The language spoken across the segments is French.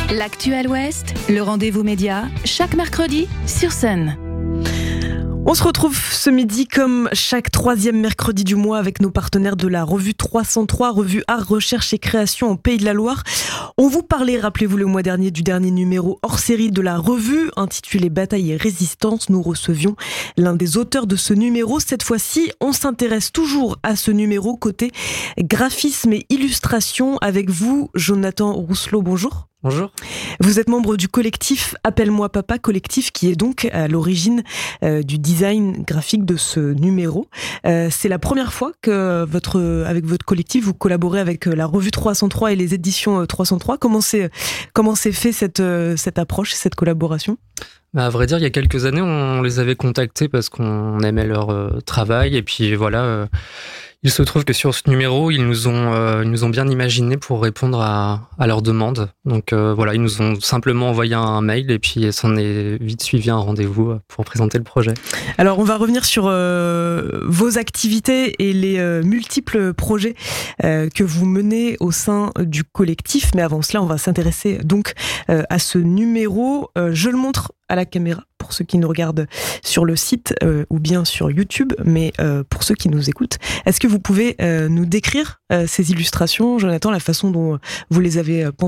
L'Actuel Ouest, le rendez-vous média, chaque mercredi sur Sun. On se retrouve ce midi comme chaque troisième mercredi du mois avec nos partenaires de la revue 303, revue Art, Recherche et Création au Pays de la Loire. On vous parlait, rappelez-vous le mois dernier, du dernier numéro hors série de la revue intitulé Bataille et Résistance. Nous recevions l'un des auteurs de ce numéro. Cette fois-ci, on s'intéresse toujours à ce numéro côté graphisme et illustration avec vous, Jonathan Rousselot. Bonjour. Bonjour. Vous êtes membre du collectif Appelle-moi Papa, collectif qui est donc à l'origine du design graphique de ce numéro. C'est la première fois que avec votre collectif, vous collaborez avec la revue 303 et les éditions 303. Comment c'est fait cette approche, cette collaboration ? À vrai dire, il y a quelques années, on les avait contactés parce qu'on aimait leur travail. Et puis voilà, il se trouve que sur ce numéro, ils nous ont bien imaginé pour répondre à leurs demandes. Donc voilà, ils nous ont simplement envoyé un mail et puis s'en est vite suivi un rendez-vous pour présenter le projet. Alors on va revenir sur vos activités et les multiples projets que vous menez au sein du collectif. Mais avant cela, on va s'intéresser donc à ce numéro. Je le montre à la caméra pour ceux qui nous regardent sur le site ou bien sur YouTube, mais pour ceux qui nous écoutent, est-ce que vous pouvez nous décrire ces illustrations, Jonathan, la façon dont vous les avez pensées ?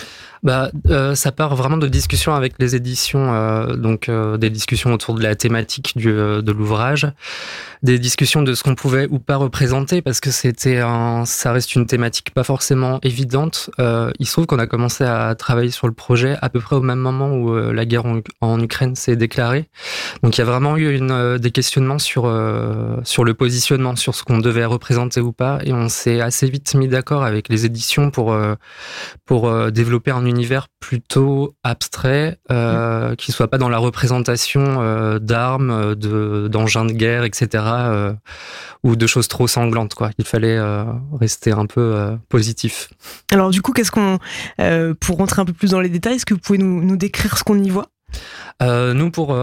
Ça part vraiment de discussions avec les éditions, donc des discussions autour de la thématique de l'ouvrage, des discussions de ce qu'on pouvait ou pas représenter, parce que ça reste une thématique pas forcément évidente. Il se trouve qu'on a commencé à travailler sur le projet à peu près au même moment où la guerre en Ukraine s'est déclarée. Donc il y a vraiment eu des questionnements sur le positionnement, sur ce qu'on devait représenter ou pas, et on s'est assez vite mis d'accord avec les éditions pour développer un univers plutôt abstrait, qui soit pas dans la représentation d'armes, d'engins de guerre, etc., ou de choses trop sanglantes, quoi. Il fallait rester un peu positif. Alors du coup, pour rentrer un peu plus dans les détails, est-ce que vous pouvez nous décrire ce qu'on y voit ? Nous, pour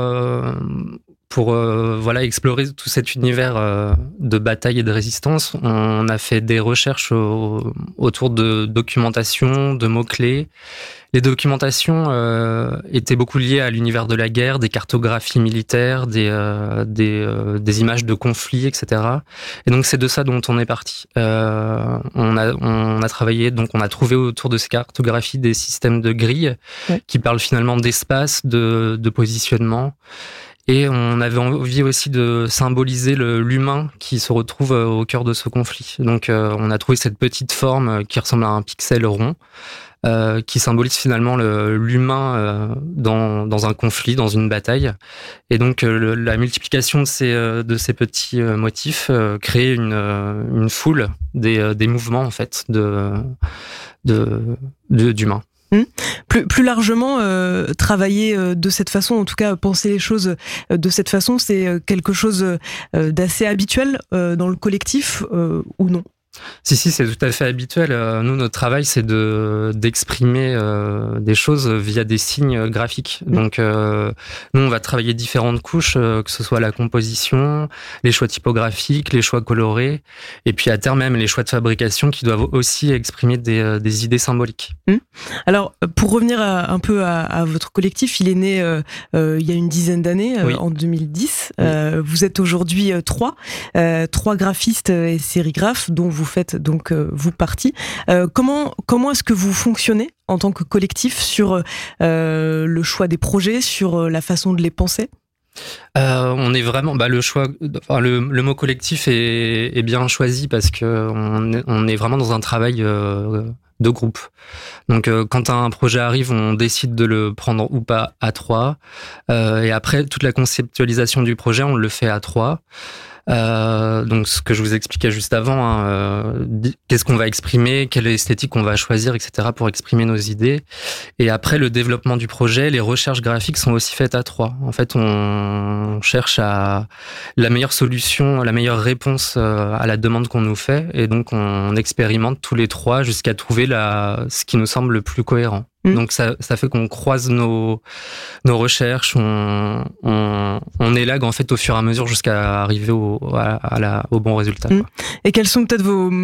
explorer tout cet univers de bataille et de résistance, on a fait des recherches autour de documentation, de mots-clés. Les documentations étaient beaucoup liées à l'univers de la guerre, des cartographies militaires, des images de conflits, etc. Et donc c'est de ça dont on est parti. On a travaillé, donc on a trouvé autour de ces cartographies des systèmes de grilles qui parlent finalement d'espace, de positionnement. Et on avait envie aussi de symboliser l'humain qui se retrouve au cœur de ce conflit. Donc on a trouvé cette petite forme qui ressemble à un pixel rond, qui symbolise finalement l'humain dans un conflit, dans une bataille. Et donc la multiplication de ces petits motifs crée une foule des mouvements en fait d'humains. Plus largement, travailler de cette façon, en tout cas penser les choses de cette façon, c'est quelque chose d'assez habituel dans le collectif ou non ? Si, c'est tout à fait habituel. Nous, notre travail, c'est d'exprimer des choses via des signes graphiques. Donc, nous, on va travailler différentes couches, que ce soit la composition, les choix typographiques, les choix colorés, et puis à terme même les choix de fabrication qui doivent aussi exprimer des idées symboliques. Alors, pour revenir un peu à votre collectif, il est né il y a une dizaine d'années, en 2010. Oui. Vous êtes aujourd'hui trois graphistes et sérigraphes, dont vous faites donc vous partie. Comment est-ce que vous fonctionnez en tant que collectif sur le choix des projets, sur la façon de les penser ? On est vraiment le mot collectif est bien choisi parce que on est vraiment dans un travail de groupe. Donc quand un projet arrive, on décide de le prendre ou pas à trois, et après toute la conceptualisation du projet, on le fait à trois. Donc ce que je vous expliquais juste avant, qu'est-ce qu'on va exprimer, quelle esthétique on va choisir, etc. pour exprimer nos idées. Et après le développement du projet, les recherches graphiques sont aussi faites à trois. En fait, on cherche la meilleure solution, la meilleure réponse à la demande qu'on nous fait, et donc on expérimente tous les trois jusqu'à trouver ce qui nous semble le plus cohérent. Donc ça fait qu'on croise nos recherches, on élague en fait au fur et à mesure jusqu'à arriver au bon résultat. Quoi. Et quels sont peut-être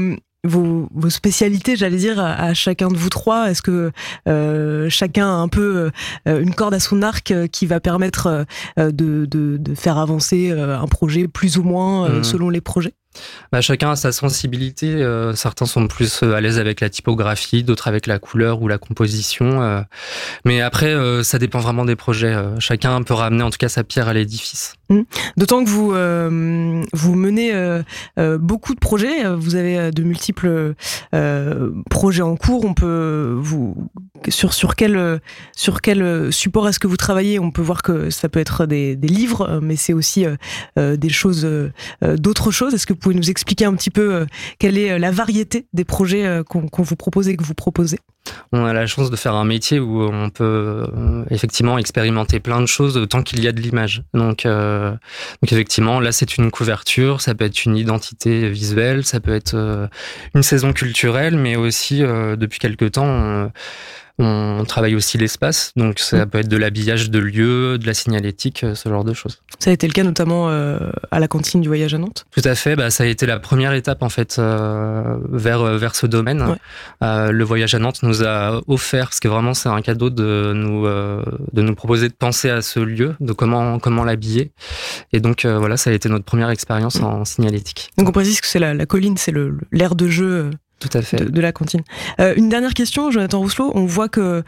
vos spécialités, j'allais dire, à chacun de vous trois? Est-ce que chacun a un peu une corde à son arc qui va permettre de faire avancer un projet plus ou moins selon les projets? Chacun a sa sensibilité. Certains sont plus à l'aise avec la typographie, d'autres avec la couleur ou la composition. Mais après, ça dépend vraiment des projets. Chacun peut ramener en tout cas sa pierre à l'édifice. D'autant que vous menez beaucoup de projets. Vous avez de multiples projets en cours. On peut sur quel support est-ce que vous travaillez? On peut voir que ça peut être des livres, mais c'est aussi des choses, d'autres choses. Est-ce que vous pouvez nous expliquer un petit peu quelle est la variété des projets qu'on vous propose et que vous proposez? On a la chance de faire un métier où on peut effectivement expérimenter plein de choses tant qu'il y a de l'image. Donc effectivement, là c'est une couverture, ça peut être une identité visuelle, ça peut être une saison culturelle, mais aussi depuis quelque temps on travaille aussi l'espace, donc ça peut être de l'habillage de lieux, de la signalétique, ce genre de choses. Ça a été le cas notamment à la cantine du voyage à Nantes? Tout à fait, ça a été la première étape en fait vers ce domaine. Ouais. Le voyage à Nantes nous a offert, parce que vraiment c'est un cadeau de nous proposer de penser à ce lieu, de comment l'habiller. Et donc voilà, ça a été notre première expérience en signalétique. Donc on précise que c'est la colline, c'est l'aire de jeu. Tout à fait. De la cantine. Une dernière question, Jonathan Rousselot. On voit que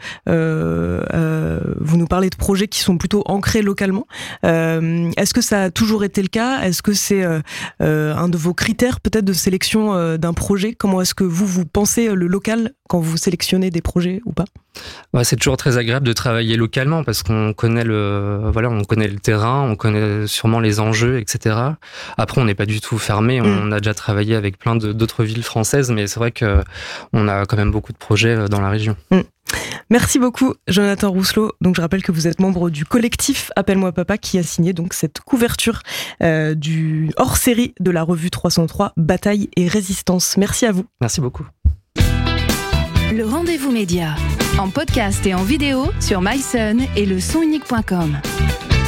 vous nous parlez de projets qui sont plutôt ancrés localement. Est-ce que ça a toujours été le cas? Est-ce que c'est un de vos critères peut-être de sélection d'un projet? Comment est-ce que vous pensez le local quand vous sélectionnez des projets ou pas? C'est toujours très agréable de travailler localement parce qu'on connaît on connaît le terrain, on connaît sûrement les enjeux, etc. Après, on n'est pas du tout fermé. On a déjà travaillé avec plein d'autres villes françaises, mais c'est vrai que on a quand même beaucoup de projets dans la région. Merci beaucoup, Jonathan Rousselot. Donc, je rappelle que vous êtes membre du collectif Appelle-moi Papa qui a signé donc cette couverture du hors-série de la revue 303 Bataille et Résistance. Merci à vous. Merci beaucoup. Le rendez-vous média, en podcast et en vidéo sur myson et le sonunique.com.